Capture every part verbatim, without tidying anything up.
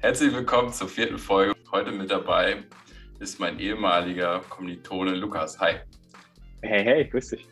Herzlich willkommen zur vierten Folge. Heute mit dabei ist mein ehemaliger Kommilitone Lukas. Hi. Hey, hey, grüß dich.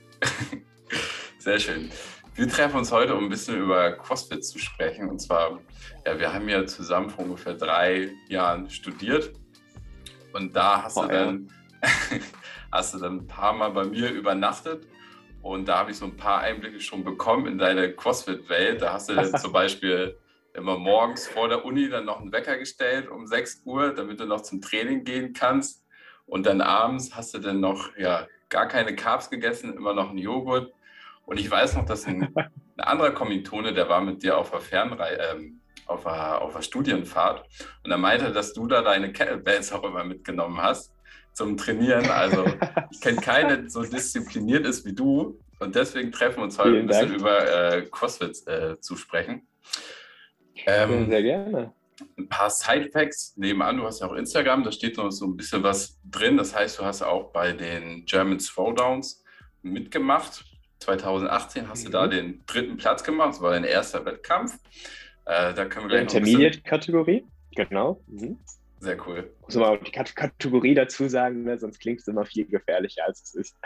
Sehr schön. Wir treffen uns heute, um ein bisschen über CrossFit zu sprechen. Und zwar, ja, wir haben ja zusammen vor ungefähr drei Jahren studiert. Und da hast, oh, du, dann, ja. hast du dann ein paar Mal bei mir übernachtet. Und da habe ich so ein paar Einblicke schon bekommen in deine CrossFit-Welt. Da hast du dann zum Beispiel immer morgens vor der Uni dann noch einen Wecker gestellt um sechs Uhr, damit du noch zum Training gehen kannst. Und dann abends hast du dann noch ja, gar keine Carbs gegessen, immer noch einen Joghurt. Und ich weiß noch, dass ein, ein anderer Kommilitone, der war mit dir auf der Fernreise, ähm, auf der, auf der Studienfahrt. Und er meinte, dass du da deine Kettlebells auch immer mitgenommen hast zum Trainieren. Also ich kenne keinen, der so diszipliniert ist wie du. Und deswegen treffen wir uns heute Vielen ein bisschen Dank. über äh, CrossFit äh, zu sprechen. Ähm, ja, sehr gerne. Ein paar Sidefacts nebenan. Du hast ja auch Instagram, da steht noch so ein bisschen was drin. Das heißt, du hast auch bei den German Throwdowns mitgemacht. zwanzig achtzehn hast mhm. du da den dritten Platz gemacht. Das war dein erster Wettkampf. Äh, da können wir gleich noch ein bisschen... Intermediate-Kategorie, genau. Mhm. Sehr cool. Muss man auch die Kategorie dazu sagen, ne? Sonst klingt es immer viel gefährlicher, als es ist.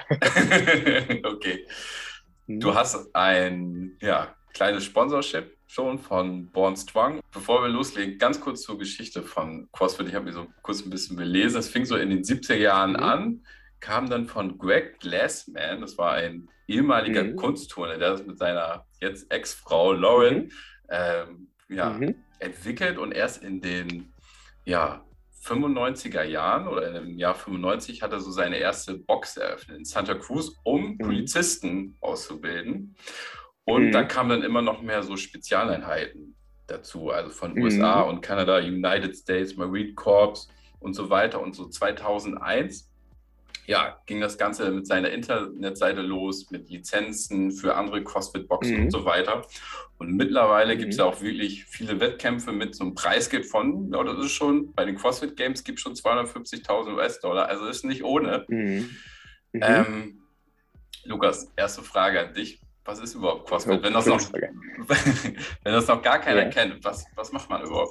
Okay. Du hast ein ja, kleines Sponsorship schon von Born Strong. Bevor wir loslegen, ganz kurz zur Geschichte von CrossFit. Ich habe mich so kurz ein bisschen belesen. Es fing so in den siebziger Jahren mhm. an, kam dann von Greg Glassman, das war ein ehemaliger mhm. Kunstturner, der das mit seiner jetzt Ex-Frau Lauren mhm. ähm, ja, mhm. entwickelt und erst in den ja, fünfundneunziger Jahren oder im Jahr fünfundneunzig hat er so seine erste Box eröffnet in Santa Cruz, um mhm. Polizisten auszubilden. Und mhm. dann kamen dann immer noch mehr so Spezialeinheiten dazu, also von mhm. U S A und Kanada, United States Marine Corps und so weiter. Und so zweitausendeins ja, ging das Ganze mit seiner Internetseite los, mit Lizenzen für andere CrossFit-Boxen mhm. und so weiter. Und mittlerweile mhm. gibt es ja auch wirklich viele Wettkämpfe mit so einem Preisgeld von, ja, das ist schon, bei den CrossFit Games gibt es schon zweihundertfünfzigtausend US-Dollar, also ist nicht ohne. Mhm. Mhm. Ähm, Lukas, erste Frage an dich. Was ist überhaupt CrossFit? Wenn das noch, wenn das noch gar keiner ja. kennt, was, was macht man überhaupt?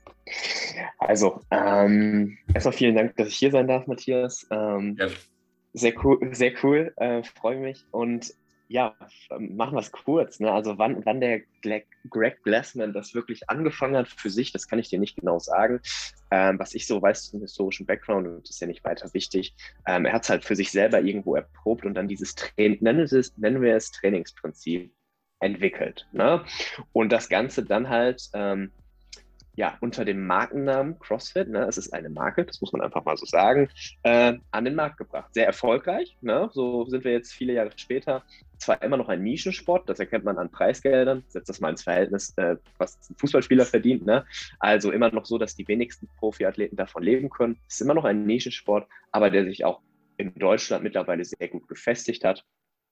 Also, ähm, erstmal vielen Dank, dass ich hier sein darf, Matthias. Ähm, ja. Sehr cool, sehr cool, äh, freue mich. Und ja, machen wir es kurz. Ne? Also wann, wann der Greg Glassman das wirklich angefangen hat für sich, das kann ich dir nicht genau sagen. Ähm, was ich so weiß zum historischen Background, und das ist ja nicht weiter wichtig, ähm, er hat es halt für sich selber irgendwo erprobt und dann dieses Train nennen, wir es, nennen wir es Trainingsprinzip entwickelt. Ne? Und das Ganze dann halt ähm, ja, unter dem Markennamen CrossFit, ne, es ist eine Marke, das muss man einfach mal so sagen, äh, an den Markt gebracht. Sehr erfolgreich, ne, so sind wir jetzt viele Jahre später. Zwar immer noch ein Nischensport, das erkennt man an Preisgeldern, setzt das mal ins Verhältnis, äh, was ein Fußballspieler verdient, ne, also immer noch so, dass die wenigsten Profiathleten davon leben können. Es ist immer noch ein Nischensport, aber der sich auch in Deutschland mittlerweile sehr gut gefestigt hat.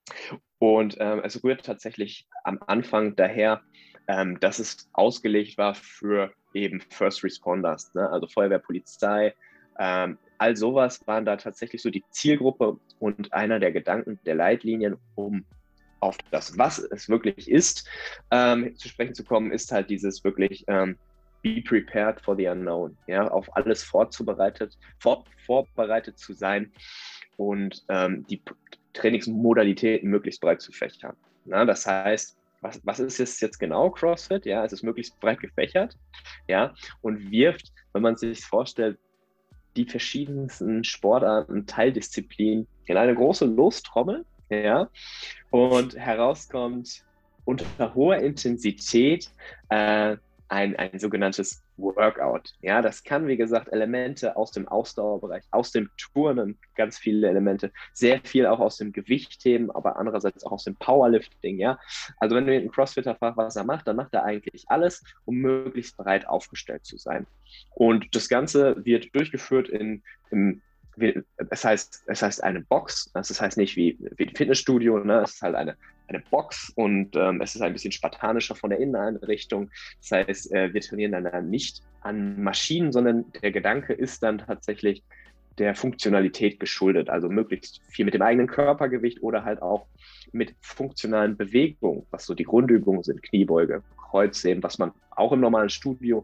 Und ähm, es rührt tatsächlich am Anfang daher, ähm, dass es ausgelegt war für eben First Responders, ne? Also Feuerwehr, Polizei, ähm, all sowas waren da tatsächlich so die Zielgruppe und einer der Gedanken der Leitlinien, um auf das, was es wirklich ist, ähm, zu sprechen zu kommen, ist halt dieses wirklich ähm, be prepared for the unknown, ja, auf alles vorzubereitet, vor, vorbereitet zu sein und ähm, die Trainingsmodalitäten möglichst breit zu fächern. Na, das heißt, was, was ist es jetzt genau, CrossFit? Ja, es ist möglichst breit gefächert, ja, und wirft, wenn man sich vorstellt, die verschiedensten Sportarten, Teildisziplinen in eine große Lostrommel, ja, und herauskommt unter hoher Intensität äh, ein, ein sogenanntes Workout. Ja, das kann, wie gesagt, Elemente aus dem Ausdauerbereich, aus dem Turnen, ganz viele Elemente, sehr viel auch aus dem Gewichtheben, aber andererseits auch aus dem Powerlifting. Ja, also wenn du einen Crossfitter fragst, was er macht, dann macht er eigentlich alles, um möglichst breit aufgestellt zu sein. Und das Ganze wird durchgeführt in, im Es heißt, es heißt eine Box, das heißt nicht wie, wie ein Fitnessstudio, ne? Es ist halt eine, eine Box und ähm, es ist ein bisschen spartanischer von der Inneneinrichtung. Das heißt, äh, wir trainieren dann nicht an Maschinen, sondern der Gedanke ist dann tatsächlich der Funktionalität geschuldet, also möglichst viel mit dem eigenen Körpergewicht oder halt auch mit funktionalen Bewegungen, was so die Grundübungen sind, Kniebeuge, Kreuzheben, was man auch im normalen Studio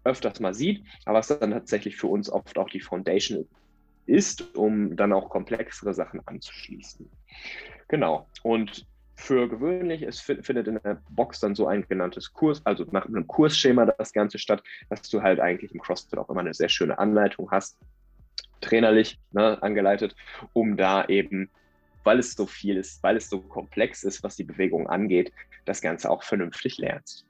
öfters mal sieht, aber was dann tatsächlich für uns oft auch die Foundation ist, um dann auch komplexere Sachen anzuschließen. Genau. Und für gewöhnlich, es findet in der Box dann so ein genanntes Kurs, also nach einem Kursschema das Ganze statt, dass du halt eigentlich im CrossFit auch immer eine sehr schöne Anleitung hast, trainerlich, ne, angeleitet, um da eben, weil es so viel ist, weil es so komplex ist, was die Bewegung angeht, das Ganze auch vernünftig lernst.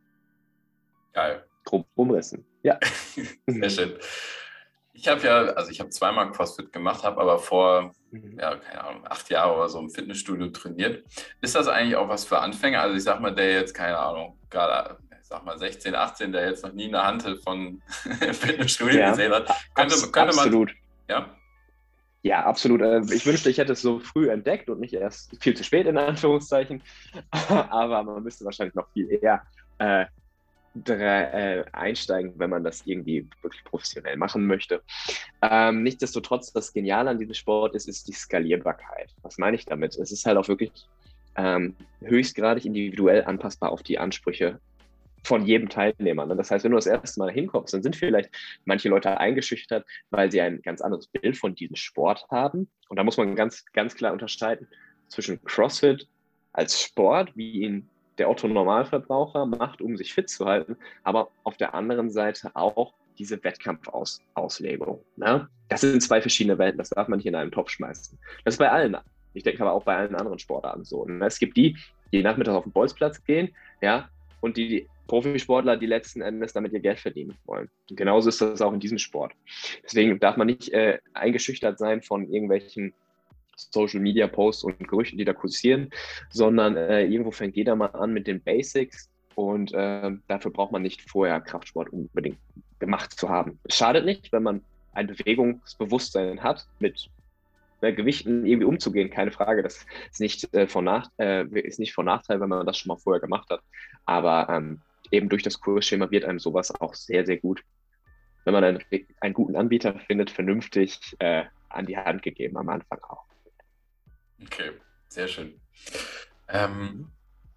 Geil. Grob umrissen. Ja. Sehr schön. Ich habe ja, also ich habe zweimal CrossFit gemacht, habe aber vor, mhm. ja, keine Ahnung, acht Jahren oder so im Fitnessstudio trainiert. Ist das eigentlich auch was für Anfänger? Also ich sag mal, der jetzt, keine Ahnung, gerade, ich sag mal sechzehn, achtzehn, der jetzt noch nie eine Hantel von Fitnessstudio ja, gesehen hat, könnte, abs- könnte man... Absolut. Ja? Ja, absolut. Ich wünschte, ich hätte es so früh entdeckt und nicht erst viel zu spät, in Anführungszeichen. Aber man müsste wahrscheinlich noch viel eher äh, Drei, äh, einsteigen, wenn man das irgendwie wirklich professionell machen möchte. Ähm, nichtsdestotrotz, das Geniale an diesem Sport ist, ist die Skalierbarkeit. Was meine ich damit? Es ist halt auch wirklich ähm, höchstgradig individuell anpassbar auf die Ansprüche von jedem Teilnehmer. Das heißt, wenn du das erste Mal hinkommst, dann sind vielleicht manche Leute eingeschüchtert, weil sie ein ganz anderes Bild von diesem Sport haben. Und da muss man ganz, ganz klar unterscheiden zwischen CrossFit als Sport, wie ihn der Otto-Normalverbraucher macht, um sich fit zu halten, aber auf der anderen Seite auch diese Wettkampfauslegung. Ne? Das sind zwei verschiedene Welten, das darf man nicht in einen Topf schmeißen. Das ist bei allen, ich denke aber auch bei allen anderen Sportarten so. Ne? Es gibt die, die nachmittags auf den Bolzplatz gehen, ja, und die, die Profisportler, die letzten Endes damit ihr Geld verdienen wollen. Und genauso ist das auch in diesem Sport. Deswegen darf man nicht äh, eingeschüchtert sein von irgendwelchen Social Media Posts und Gerüchten, die da kursieren, sondern äh, irgendwo fängt jeder mal an mit den Basics und äh, dafür braucht man nicht vorher Kraftsport unbedingt gemacht zu haben. Es schadet nicht, wenn man ein Bewegungsbewusstsein hat, mit äh, Gewichten irgendwie umzugehen, keine Frage. Das ist nicht, äh, von Nach äh, ist nicht von Nachteil, wenn man das schon mal vorher gemacht hat. Aber ähm, eben durch das Kursschema wird einem sowas auch sehr, sehr gut, wenn man einen, einen guten Anbieter findet, vernünftig äh, an die Hand gegeben am Anfang auch. Okay, sehr schön. Ähm,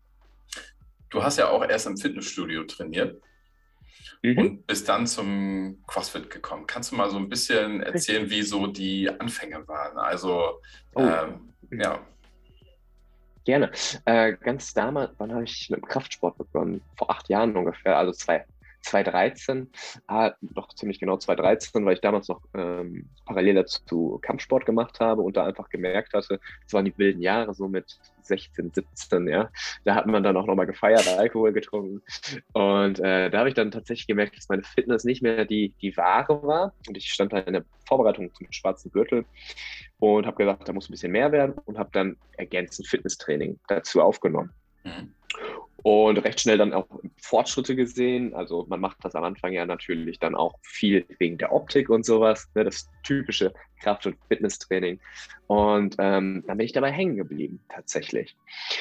du hast ja auch erst im Fitnessstudio trainiert mhm. und bist dann zum CrossFit gekommen. Kannst du mal so ein bisschen erzählen, wie so die Anfänge waren? Also, oh. ähm, ja. Gerne. Äh, ganz damals, wann habe ich mit dem Kraftsport begonnen? Vor acht Jahren ungefähr, also zwei. zwanzig dreizehn, ah, doch ziemlich genau zwanzig dreizehn, weil ich damals noch ähm, parallel dazu Kampfsport gemacht habe und da einfach gemerkt hatte, es waren die wilden Jahre, so mit sechzehn, siebzehn, ja, da hat man dann auch nochmal gefeiert, Alkohol getrunken und äh, da habe ich dann tatsächlich gemerkt, dass meine Fitness nicht mehr die, die wahre war und ich stand da in der Vorbereitung zum schwarzen Gürtel und habe gesagt, da muss ein bisschen mehr werden und habe dann ergänzend Fitnesstraining dazu aufgenommen. Mhm. Und recht schnell dann auch Fortschritte gesehen. Also man macht das am Anfang ja natürlich dann auch viel wegen der Optik und sowas, ne, das typische Kraft- und Fitnesstraining. Und ähm, dann bin ich dabei hängen geblieben, tatsächlich.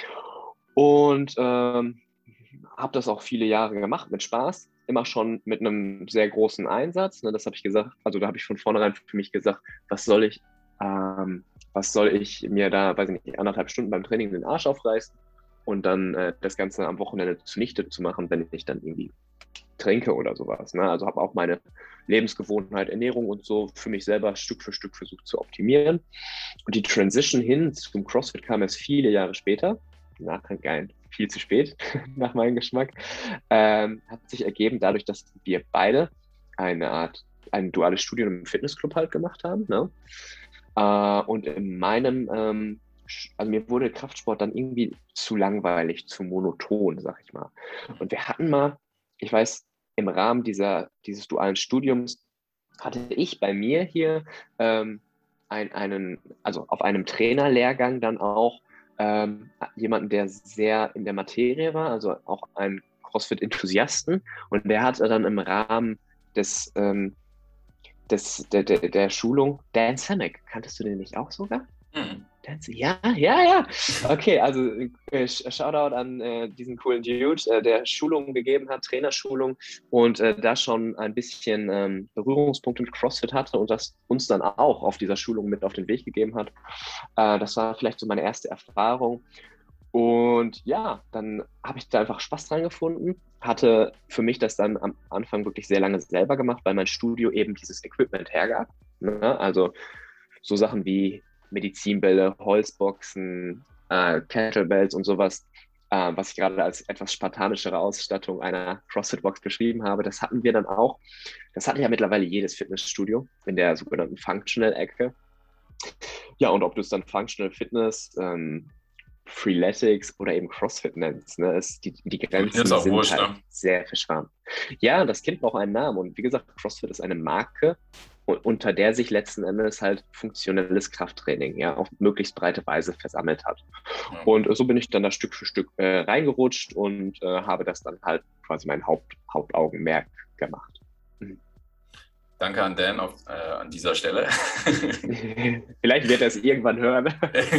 Und ähm, habe das auch viele Jahre gemacht, mit Spaß. Immer schon mit einem sehr großen Einsatz. Ne, das habe ich gesagt, also da habe ich von vornherein für mich gesagt, was soll ich, ähm, was soll ich mir da, weiß ich nicht, anderthalb Stunden beim Training den Arsch aufreißen und dann äh, das Ganze am Wochenende zunichte zu machen, wenn ich dann irgendwie trinke oder sowas. Ne? Also habe auch meine Lebensgewohnheit, Ernährung und so für mich selber Stück für Stück versucht zu optimieren. Und die Transition hin zum CrossFit kam erst viele Jahre später. Nachher geil, viel zu spät, nach meinem Geschmack. Ähm, hat sich ergeben dadurch, dass wir beide eine Art, ein duales Studium im Fitnessclub halt gemacht haben. Ne? Äh, und in meinem ähm, also mir wurde Kraftsport dann irgendwie zu langweilig, zu monoton, sag ich mal. Und wir hatten mal, ich weiß, im Rahmen dieser, dieses dualen Studiums hatte ich bei mir hier ähm, ein, einen, also auf einem Trainerlehrgang dann auch ähm, jemanden, der sehr in der Materie war, also auch einen CrossFit-Enthusiasten. Und der hat dann im Rahmen des, ähm, des der, der, der Schulung, Dan Samek, kanntest du den nicht auch sogar? Mhm. Ja, ja, ja. Okay, also äh, Shoutout an äh, diesen coolen Dude, äh, der Schulungen gegeben hat, Trainerschulung und äh, da schon ein bisschen ähm, Berührungspunkte mit CrossFit hatte und das uns dann auch auf dieser Schulung mit auf den Weg gegeben hat. Äh, das war vielleicht so meine erste Erfahrung Und ja, dann habe ich da einfach Spaß dran gefunden, hatte für mich das dann am Anfang wirklich sehr lange selber gemacht, weil mein Studio eben dieses Equipment hergab. Ne? Also so Sachen wie Medizinbälle, Holzboxen, äh, Kettlebells und sowas, äh, was ich gerade als etwas spartanischere Ausstattung einer CrossFit-Box beschrieben habe, das hatten wir dann auch. Das hatte ja mittlerweile jedes Fitnessstudio in der sogenannten Functional-Ecke. Ja, und ob du es dann Functional Fitness, ähm, Freeletics oder eben CrossFit nennst, ne, ist die, die Grenzen auch sind wurscht, halt ne? sehr verschwommen. Ja, das Kind braucht einen Namen und wie gesagt, CrossFit ist eine Marke, unter der sich letzten Endes halt funktionelles Krafttraining ja auf möglichst breite Weise versammelt hat. Ja. Und so bin ich dann da Stück für Stück äh, reingerutscht und äh, habe das dann halt quasi mein Haupt, Hauptaugenmerk gemacht. Mhm. Danke an Dan auf, äh, an dieser Stelle. Vielleicht wird er es irgendwann hören.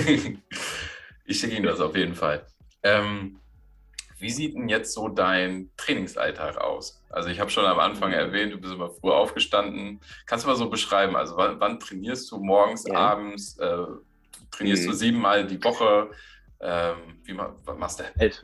Ich schicke ihm das auf jeden Fall. Ähm, wie sieht denn jetzt so dein Trainingsalltag aus? Also ich habe schon am Anfang erwähnt, du bist immer früh aufgestanden. Kannst du mal so beschreiben, also wann, wann trainierst du morgens, ja. abends? Äh, trainierst mhm. du siebenmal die Woche? Ähm, wie was machst du? Elf.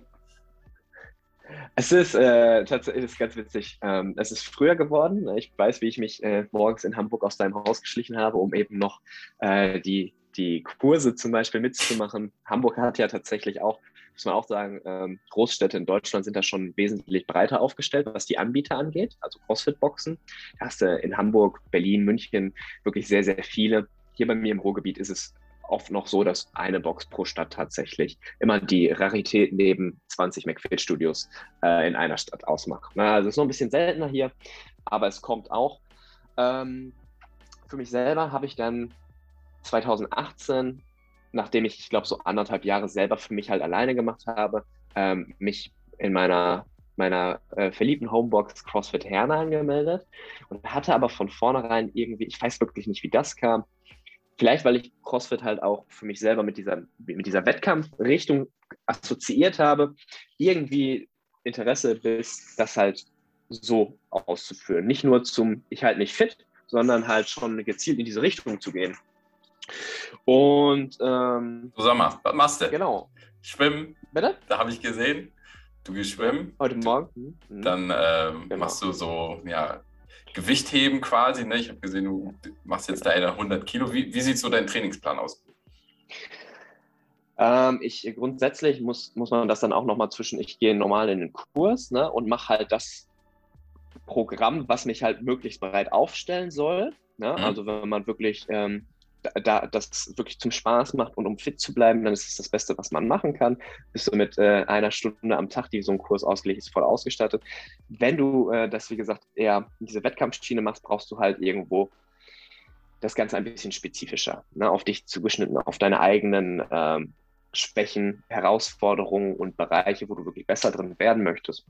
Es ist äh, tatsächlich ist ganz witzig. Ähm, es ist früher geworden. Ich weiß, wie ich mich äh, morgens in Hamburg aus deinem Haus geschlichen habe, um eben noch äh, die, die Kurse zum Beispiel mitzumachen. Hamburg hat ja tatsächlich auch, muss man auch sagen, ähm, Großstädte in Deutschland sind da schon wesentlich breiter aufgestellt, was die Anbieter angeht, also CrossFit-Boxen. Da hast du in Hamburg, Berlin, München wirklich sehr, sehr viele. Hier bei mir im Ruhrgebiet ist es oft noch so, dass eine Box pro Stadt tatsächlich immer die Rarität neben zwanzig McFit-Studios äh, in einer Stadt ausmacht. Na, also es ist noch ein bisschen seltener hier, aber es kommt auch. Ähm, für mich selber habe ich dann zwanzig achtzehn, nachdem ich, ich glaube, so anderthalb Jahre selber für mich halt alleine gemacht habe, ähm, mich in meiner meiner äh, verliebten Homebox CrossFit Herne angemeldet und hatte aber von vornherein irgendwie, ich weiß wirklich nicht, wie das kam, vielleicht, weil ich CrossFit halt auch für mich selber mit dieser, mit dieser Wettkampfrichtung assoziiert habe, irgendwie Interesse bis das halt so auszuführen. Nicht nur zum, ich halte mich fit, sondern halt schon gezielt in diese Richtung zu gehen. Und ähm, so, sag mal, was machst du? Genau. Schwimmen. Bitte? Da habe ich gesehen, du gehst schwimmen. Heute Morgen. Du, dann ähm, genau. machst du so, ja, Gewichtheben quasi, ne? Ich habe gesehen, du machst jetzt deine hundert Kilo. Wie, wie sieht so dein Trainingsplan aus? Ähm, ich grundsätzlich muss, muss man das dann auch nochmal zwischen, ich gehe normal in den Kurs, ne, und mache halt das Programm, was mich halt möglichst breit aufstellen soll. Ne? Mhm. Also wenn man wirklich ähm, da das wirklich zum Spaß macht und um fit zu bleiben, dann ist es das Beste, was man machen kann. Bist du mit äh, einer Stunde am Tag, die so ein Kurs ausgelegt ist, voll ausgestattet. Wenn du äh, das, wie gesagt, eher diese Wettkampfschiene machst, brauchst du halt irgendwo das Ganze ein bisschen spezifischer, ne? Auf dich zugeschnitten, auf deine eigenen ähm, Schwächen, Herausforderungen und Bereiche, wo du wirklich besser drin werden möchtest.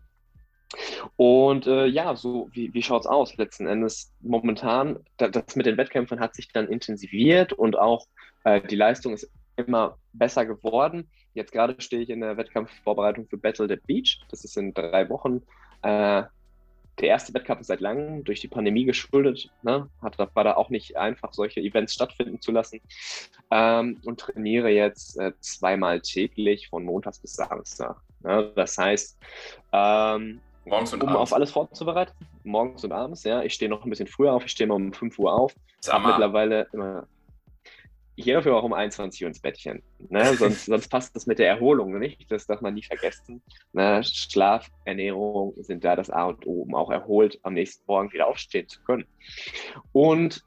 Und äh, ja, so wie, wie schaut es aus? Letzten Endes momentan, da, das mit den Wettkämpfen hat sich dann intensiviert und auch äh, die Leistung ist immer besser geworden. Jetzt gerade stehe ich in der Wettkampfvorbereitung für Battle at Beach. Das ist in drei Wochen. Äh, der erste Wettkampf seit langem, durch die Pandemie geschuldet. Ne? Hat, war da auch nicht einfach, solche Events stattfinden zu lassen. Ähm, und trainiere jetzt äh, zweimal täglich von Montags bis Samstag. Ne? Das heißt, ähm, morgens und um abends. auf alles vorzubereiten, morgens und abends, ja. Ich stehe noch ein bisschen früher auf, ich stehe mal um fünf Uhr auf. Habe mittlerweile immer, ich gehe dafür auch um einundzwanzig Uhr ins Bettchen. Ne? Sonst, sonst passt das mit der Erholung nicht, das darf man nie vergessen. Ne? Schlaf, Ernährung sind da das A und O, um auch erholt am nächsten Morgen wieder aufstehen zu können. Und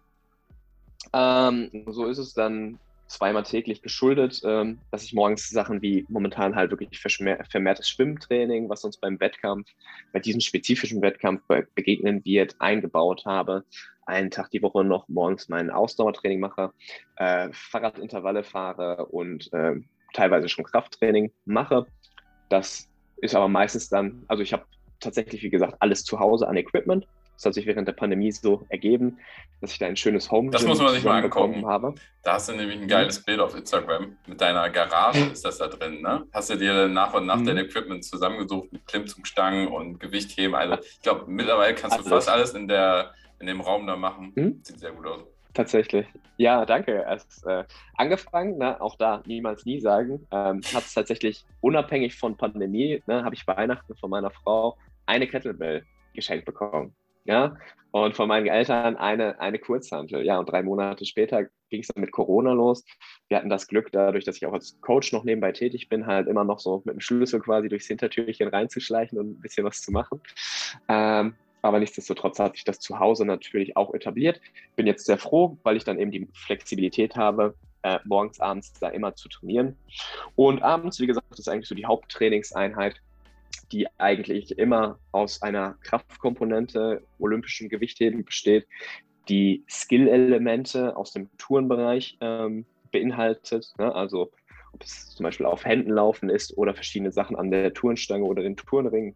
ähm, so ist es dann zweimal täglich geschuldet, ähm, dass ich morgens Sachen wie momentan halt wirklich vermehrtes Schwimmtraining, was uns beim Wettkampf, bei diesem spezifischen Wettkampf begegnen wird, eingebaut habe. Einen Tag die Woche noch morgens mein Ausdauertraining mache, äh, Fahrradintervalle fahre und äh, teilweise schon Krafttraining mache. Das ist aber meistens dann, also ich habe tatsächlich, wie gesagt, alles zu Hause an Equipment. Das hat sich während der Pandemie so ergeben, dass ich da ein schönes Home Das muss man sich mal angucken. Habe. Da hast du nämlich ein geiles mhm. Bild auf Instagram. Mit deiner Garage ist das da drin, ne? Hast du dir nach und nach mhm. dein Equipment zusammengesucht mit Klimmzugstangen und Gewichtheben. Also ich glaube, mittlerweile kannst du alles. fast alles in, der, in dem Raum da machen. Mhm. Sieht sehr gut aus. Tatsächlich. Ja, danke. Es äh, angefangen, ne, auch da niemals nie sagen, ähm, hat es tatsächlich unabhängig von Pandemie, ne, habe ich Weihnachten von meiner Frau eine Kettlebell geschenkt bekommen. Ja, und von meinen Eltern eine, eine Kurzhantel. Ja, und drei Monate später ging es dann mit Corona los. Wir hatten das Glück, dadurch, dass ich auch als Coach noch nebenbei tätig bin, halt immer noch so mit dem Schlüssel quasi durchs Hintertürchen reinzuschleichen und ein bisschen was zu machen. Ähm, aber nichtsdestotrotz hat sich das zu Hause natürlich auch etabliert. Bin jetzt sehr froh, weil ich dann eben die Flexibilität habe, äh, morgens, abends da immer zu trainieren. Und abends, wie gesagt, ist eigentlich so die Haupttrainingseinheit, die eigentlich immer aus einer Kraftkomponente, olympischem Gewichtheben besteht, die Skill-Elemente aus dem Tourenbereich ähm, beinhaltet. Ne? Also ob es zum Beispiel auf Händen laufen ist oder verschiedene Sachen an der Tourenstange oder den Tourenring.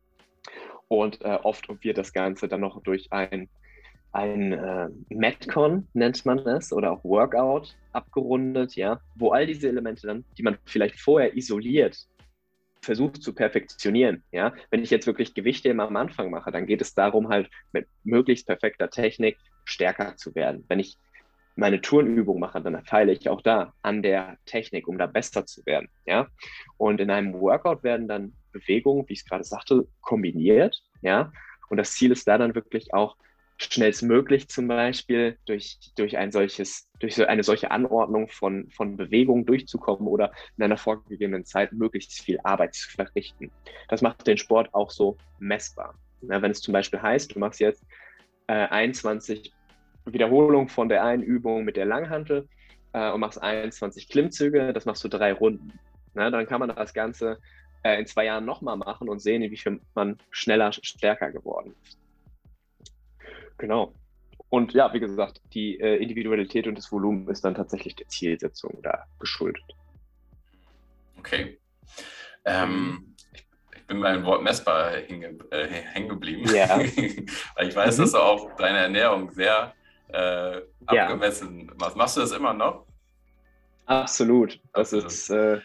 Und äh, oft wird das Ganze dann noch durch ein, ein äh, Metcon, nennt man es, oder auch Workout abgerundet, ja, wo all diese Elemente dann, die man vielleicht vorher isoliert, versucht zu perfektionieren, ja. Wenn ich jetzt wirklich Gewichte immer am Anfang mache, dann geht es darum, halt mit möglichst perfekter Technik stärker zu werden. Wenn ich meine Turnübung mache, dann feile ich auch da an der Technik, um da besser zu werden, ja. Und in einem Workout werden dann Bewegungen, wie ich es gerade sagte, kombiniert, ja. Und das Ziel ist da dann wirklich auch schnellstmöglich zum Beispiel durch, durch ein solches, durch so eine solche Anordnung von, von Bewegungen durchzukommen oder in einer vorgegebenen Zeit möglichst viel Arbeit zu verrichten. Das macht den Sport auch so messbar. Ja, wenn es zum Beispiel heißt, du machst jetzt äh, einundzwanzig Wiederholungen von der einen Übung mit der Langhantel äh, und machst einundzwanzig Klimmzüge, das machst du drei Runden. Na, dann kann man das Ganze äh, in zwei Jahren nochmal machen und sehen, wie viel man schneller, stärker geworden ist. Genau. Und ja, wie gesagt, die äh, Individualität und das Volumen ist dann tatsächlich der Zielsetzung da geschuldet. Okay. Ähm, ich, ich bin beim Wort messbar hängen äh, häng geblieben. Ja. Weil ich weiß, mhm. dass du auch deine Ernährung sehr äh, abgemessen ja. machst. Machst du das immer noch? Absolut. Das Absolut. ist... Äh,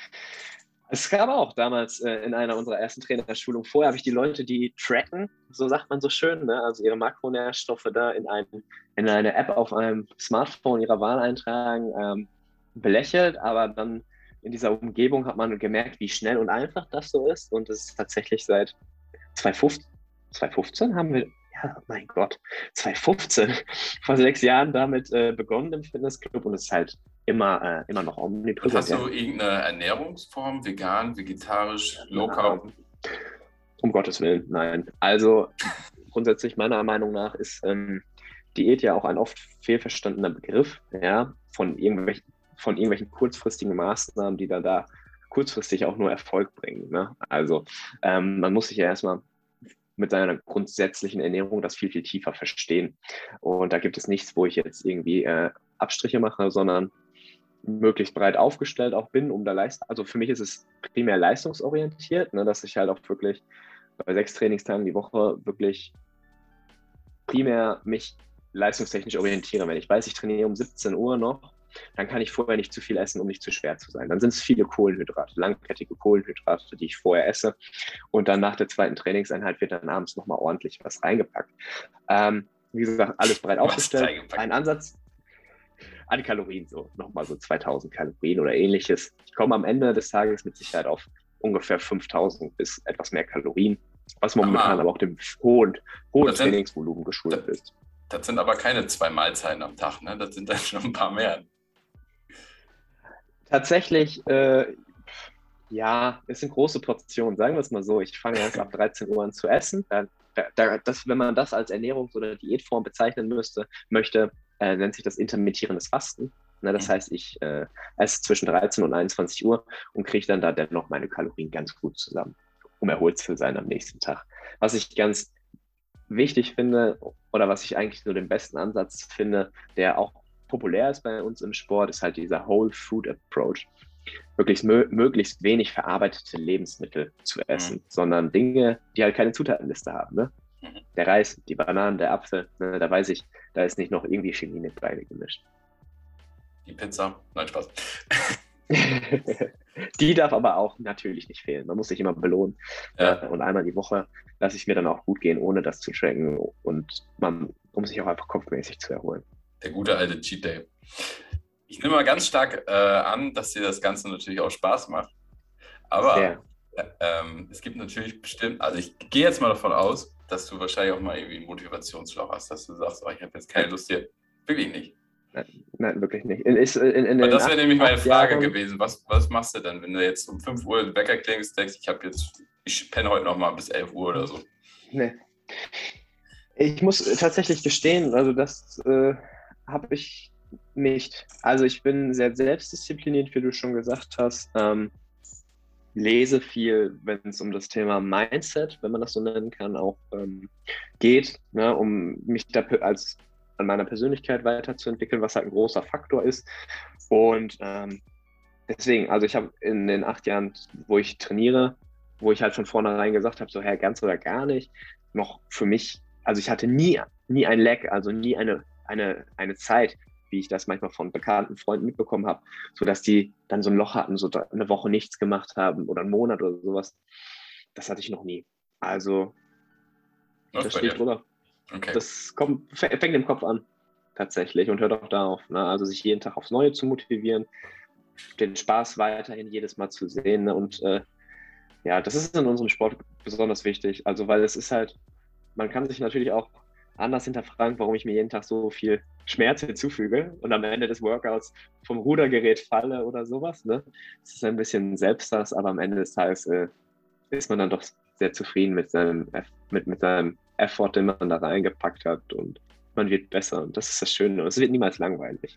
Es gab auch damals äh, in einer unserer ersten Trainerschulungen, vorher habe ich die Leute, die tracken, so sagt man so schön, ne? Also ihre Makronährstoffe da in, ein, in eine App auf einem Smartphone ihrer Wahl eintragen, ähm, belächelt, aber dann in dieser Umgebung hat man gemerkt, wie schnell und einfach das so ist, und es ist tatsächlich seit zwanzig fünfzehn haben wir, ja, mein Gott, zwanzig fünfzehn, vor sechs Jahren damit äh, begonnen im Fitnessclub, und es ist halt immer, äh, immer noch omnipräsent. Hast du irgendeine Ernährungsform, vegan, vegetarisch, low carb? Um Gottes Willen, nein. Also grundsätzlich meiner Meinung nach ist ähm, Diät ja auch ein oft fehlverstandener Begriff, ja, von irgendwelchen, von irgendwelchen kurzfristigen Maßnahmen, die dann da kurzfristig auch nur Erfolg bringen. Ne? Also ähm, man muss sich ja erstmal mit seiner grundsätzlichen Ernährung das viel, viel tiefer verstehen. Und da gibt es nichts, wo ich jetzt irgendwie äh, Abstriche mache, sondern möglichst breit aufgestellt auch bin, um da Leistung, also für mich ist es primär leistungsorientiert, ne, dass ich halt auch wirklich bei sechs Trainingstagen die Woche wirklich primär mich leistungstechnisch orientiere. Wenn ich weiß, ich trainiere um siebzehn Uhr noch, dann kann ich vorher nicht zu viel essen, um nicht zu schwer zu sein. Dann sind es viele Kohlenhydrate, langkettige Kohlenhydrate, die ich vorher esse, und dann nach der zweiten Trainingseinheit wird dann abends nochmal ordentlich was reingepackt. Ähm, wie gesagt, alles breit aufgestellt, ein Ansatz an Kalorien, so nochmal so zweitausend Kalorien oder ähnliches. Ich komme am Ende des Tages mit Sicherheit auf ungefähr fünftausend bis etwas mehr Kalorien, was momentan aber auch dem hohen, hohen Trainingsvolumen geschuldet das, ist. Das sind aber keine zwei Mahlzeiten am Tag, ne? Das sind dann schon ein paar mehr. Tatsächlich, äh, ja, es sind große Portionen, sagen wir es mal so. Ich fange erst ab dreizehn Uhr an zu essen. Da, da, das, wenn man das als Ernährungs- oder Diätform bezeichnen müsste, möchte, Äh, nennt sich das intermittierendes Fasten. Ne, das heißt, ich äh, esse zwischen dreizehn und einundzwanzig Uhr und kriege dann da dennoch meine Kalorien ganz gut zusammen, um erholt zu sein am nächsten Tag. Was ich ganz wichtig finde, oder was ich eigentlich so den besten Ansatz finde, der auch populär ist bei uns im Sport, ist halt dieser Whole Food Approach. Möglichst, mö- möglichst wenig verarbeitete Lebensmittel zu essen, mhm. sondern Dinge, die halt keine Zutatenliste haben. Ne? Der Reis, die Bananen, der Apfel, ne, da weiß ich, da ist nicht noch irgendwie Chemie mit beide gemischt. Die Pizza, nein, Spaß. Die darf aber auch natürlich nicht fehlen. Man muss sich immer belohnen. Ja. Äh, und einmal die Woche lasse ich mir dann auch gut gehen, ohne das zu tracken, und man, um sich auch einfach kopfmäßig zu erholen. Der gute alte Cheat Day. Ich nehme mal ganz stark äh, an, dass dir das Ganze natürlich auch Spaß macht. Aber äh, ähm, es gibt natürlich bestimmt, also ich gehe jetzt mal davon aus, dass du wahrscheinlich auch mal irgendwie ein Motivationsloch hast, dass du sagst, oh, ich habe jetzt keine Lust hier. Wirklich nicht. Nein, nein, wirklich nicht. In, in, in Und das wäre nämlich meine Frage Jahren gewesen. Was, was machst du dann, wenn du jetzt um fünf Uhr den Wecker klingst, denkst, ich habe jetzt, ich penne heute noch mal bis elf Uhr oder so? Nee. Ich muss tatsächlich gestehen, also das äh, habe ich nicht. Also ich bin sehr selbstdiszipliniert, wie du schon gesagt hast. Ähm, lese viel, wenn es um das Thema Mindset, wenn man das so nennen kann, auch ähm, geht, ne, um mich da als an meiner Persönlichkeit weiterzuentwickeln, was halt ein großer Faktor ist. Und ähm, deswegen, also ich habe in den acht Jahren, wo ich trainiere, wo ich halt von vornherein gesagt habe, so Herr, ganz oder gar nicht, noch für mich, also ich hatte nie, nie ein Lag, also nie eine, eine, eine Zeit, wie ich das manchmal von bekannten Freunden mitbekommen habe, sodass die dann so ein Loch hatten, so eine Woche nichts gemacht haben oder einen Monat oder sowas. Das hatte ich noch nie. Also, Was das bei steht dir? drüber. Okay. Das kommt, fängt im Kopf an, tatsächlich, und hört auch da auf. Ne? Also sich jeden Tag aufs Neue zu motivieren, den Spaß weiterhin jedes Mal zu sehen. Ne? Und äh, ja, das ist in unserem Sport besonders wichtig. Also, weil es ist halt, man kann sich natürlich auch anders hinterfragen, warum ich mir jeden Tag so viel Schmerz hinzufüge und am Ende des Workouts vom Rudergerät falle oder sowas. Ne? Das ist ein bisschen Selbsthass, aber am Ende des Tages äh, ist man dann doch sehr zufrieden mit seinem, mit, mit seinem Effort, den man da reingepackt hat, und man wird besser. Und das ist das Schöne. Und es wird niemals langweilig.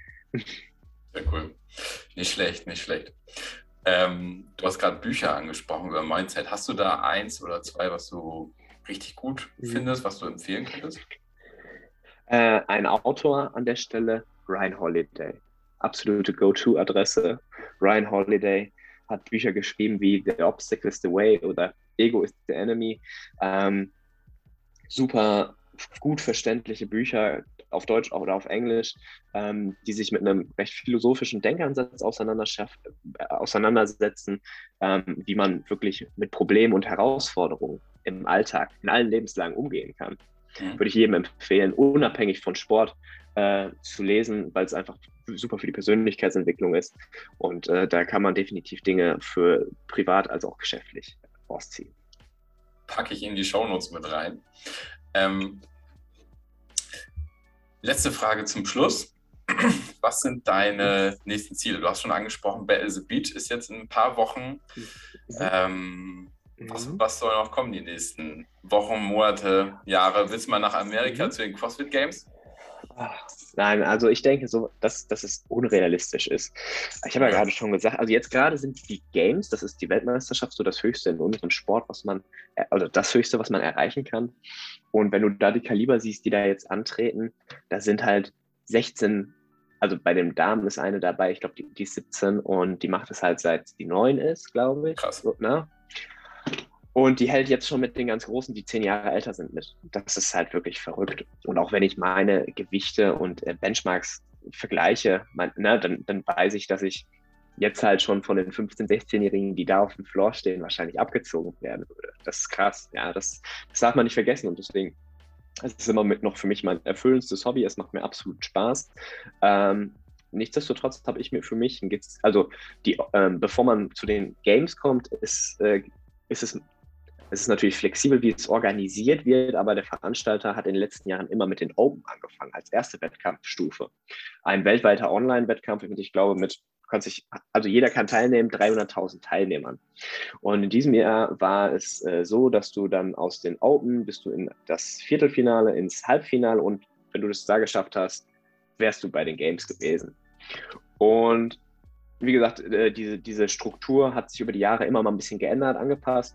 Sehr cool. Nicht schlecht, nicht schlecht. Ähm, du hast gerade Bücher angesprochen über Mindset. Hast du da eins oder zwei, was du richtig gut findest, was du empfehlen könntest? Äh, ein Autor an der Stelle, Ryan Holiday. Absolute Go-To-Adresse. Ryan Holiday hat Bücher geschrieben wie The Obstacle is the Way oder Ego is the Enemy. Ähm, super gut verständliche Bücher auf Deutsch oder auf Englisch, ähm, die sich mit einem recht philosophischen Denkansatz auseinandersetzen, ähm, wie man wirklich mit Problemen und Herausforderungen im Alltag, in allen Lebenslagen umgehen kann. Mhm. Würde ich jedem empfehlen, unabhängig von Sport äh, zu lesen, weil es einfach super für die Persönlichkeitsentwicklung ist. Und äh, da kann man definitiv Dinge für privat als auch geschäftlich rausziehen. Packe ich in die Shownotes mit rein. Ähm, letzte Frage zum Schluss. Was sind deine nächsten Ziele? Du hast schon angesprochen, Battle the Beat ist jetzt in ein paar Wochen. Mhm. Ähm, was, was soll noch kommen die nächsten Wochen, Monate, Jahre? Willst du mal nach Amerika mhm. zu den CrossFit Games? Nein, also ich denke so, dass, dass es unrealistisch ist. Ich habe ja, ja gerade schon gesagt, also jetzt gerade sind die Games, das ist die Weltmeisterschaft, so das Höchste in unserem Sport, was man, also das Höchste, was man erreichen kann. Und wenn du da die Kaliber siehst, die da jetzt antreten, da sind halt sechzehn, also bei den Damen ist eine dabei, ich glaube, die, die ist siebzehn und die macht es halt seit die neun ist, glaube ich. Krass. So, ne? Und die hält jetzt schon mit den ganz Großen, die zehn Jahre älter sind, mit. Das ist halt wirklich verrückt. Und auch wenn ich meine Gewichte und äh, Benchmarks vergleiche, mein, ne, dann, dann weiß ich, dass ich jetzt halt schon von den fünfzehn-, sechzehnjährigen, die da auf dem Floor stehen, wahrscheinlich abgezogen werden würde. Das ist krass. Ja, das, das darf man nicht vergessen. Und deswegen, es ist immer mit noch für mich mein erfüllendstes Hobby. Es macht mir absolut Spaß. Ähm, nichtsdestotrotz habe ich mir für mich, also die, ähm, bevor man zu den Games kommt, ist, äh, ist es Es ist natürlich flexibel, wie es organisiert wird, aber der Veranstalter hat in den letzten Jahren immer mit den Open angefangen, als erste Wettkampfstufe. Ein weltweiter Online-Wettkampf, ich glaube, mit, kann sich, also jeder kann teilnehmen, dreihunderttausend Teilnehmern. Und in diesem Jahr war es äh, so, dass du dann aus den Open bist du in das Viertelfinale, ins Halbfinale, und wenn du das da geschafft hast, wärst du bei den Games gewesen. Und wie gesagt, äh, diese, diese Struktur hat sich über die Jahre immer mal ein bisschen geändert, angepasst.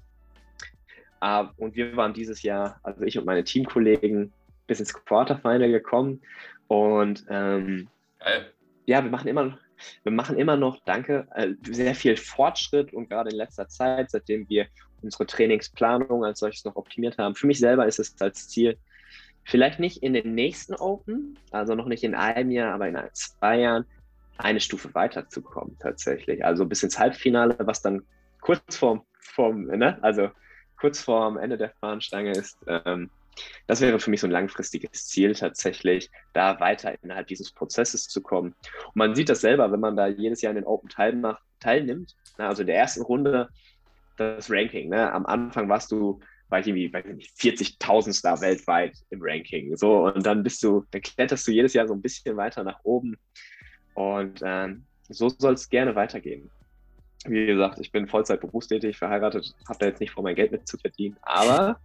Uh, und wir waren dieses Jahr, also ich und meine Teamkollegen, bis ins Quarterfinal gekommen. Und ähm, ja, wir machen immer noch, wir machen immer noch, danke, äh, sehr viel Fortschritt, und gerade in letzter Zeit, seitdem wir unsere Trainingsplanung als solches noch optimiert haben. Für mich selber ist es als Ziel, vielleicht nicht in den nächsten Open, also noch nicht in einem Jahr, aber in ein, zwei Jahren, eine Stufe weiterzukommen tatsächlich. Also bis ins Halbfinale, was dann kurz vorm, vorm ne, also kurz vor am Ende der Fahnenstange ist. Ähm, das wäre für mich so ein langfristiges Ziel tatsächlich, da weiter innerhalb dieses Prozesses zu kommen. Und man sieht das selber, wenn man da jedes Jahr in den Open teilmacht, teilnimmt. Ne? Also in der ersten Runde das Ranking. Ne? Am Anfang warst du, war ich irgendwie, weiß ich nicht, vierzigtausend da weltweit im Ranking. So, und dann bist du, dann kletterst du jedes Jahr so ein bisschen weiter nach oben. Und ähm, so soll es gerne weitergehen. Wie gesagt, ich bin Vollzeit berufstätig, verheiratet, habe da jetzt nicht vor, mein Geld mit zu verdienen, aber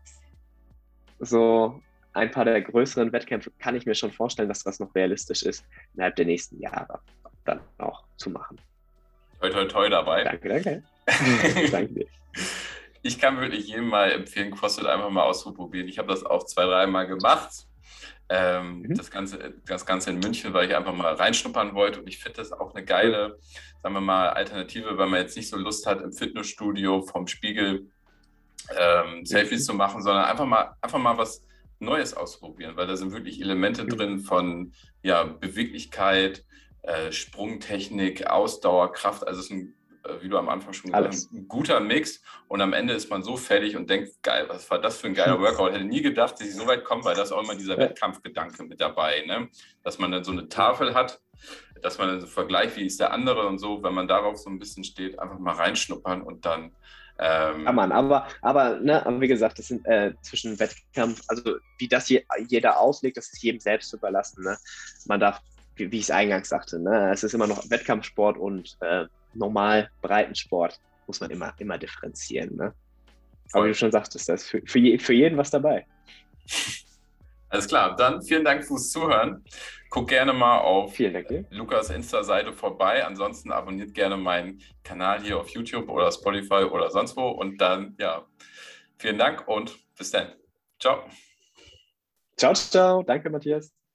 so ein paar der größeren Wettkämpfe kann ich mir schon vorstellen, dass das noch realistisch ist, innerhalb der nächsten Jahre dann auch zu machen. Toi, toi, toi dabei. Danke, danke. Danke dir. Ich kann wirklich jedem mal empfehlen, CrossFit einfach mal auszuprobieren. Ich habe das auch zwei, dreimal gemacht. Ähm, mhm. das, Ganze, das Ganze in München, weil ich einfach mal reinschnuppern wollte. Und ich finde das auch eine geile, sagen wir mal, Alternative, wenn man jetzt nicht so Lust hat, im Fitnessstudio vom Spiegel ähm, Selfies mhm. zu machen, sondern einfach mal, einfach mal was Neues ausprobieren, weil da sind wirklich Elemente mhm. drin von ja, Beweglichkeit, äh, Sprungtechnik, Ausdauer, Kraft. Also es ist ein, äh, wie du am Anfang schon gesagt hast, ein guter Mix. Und am Ende ist man so fertig und denkt, geil, was war das für ein geiler Workout? Ich hätte nie gedacht, dass ich so weit komme, weil das auch immer dieser ja. Wettkampfgedanke mit dabei, ne? Dass man dann so eine Tafel hat, dass man dann so vergleicht, wie ist der andere und so, wenn man darauf so ein bisschen steht, einfach mal reinschnuppern und dann Ähm, ja, Mann, aber, aber, ne, aber wie gesagt, das sind äh, zwischen Wettkampf, also wie das je, jeder auslegt, das ist jedem selbst überlassen. Ne? Man darf, wie, wie ich es eingangs sagte, ne, es ist immer noch Wettkampfsport und äh, normal Breitensport muss man immer, immer differenzieren. Ne? Aber wie du schon sagtest, da ist für, für, je, für jeden was dabei. Alles klar, dann vielen Dank fürs Zuhören. Guck gerne mal auf Dank, Lukas Insta-Seite vorbei. Ansonsten abonniert gerne meinen Kanal hier auf YouTube oder Spotify oder sonst wo. Und dann, ja, vielen Dank und bis dann. Ciao. Ciao, ciao. Danke, Matthias.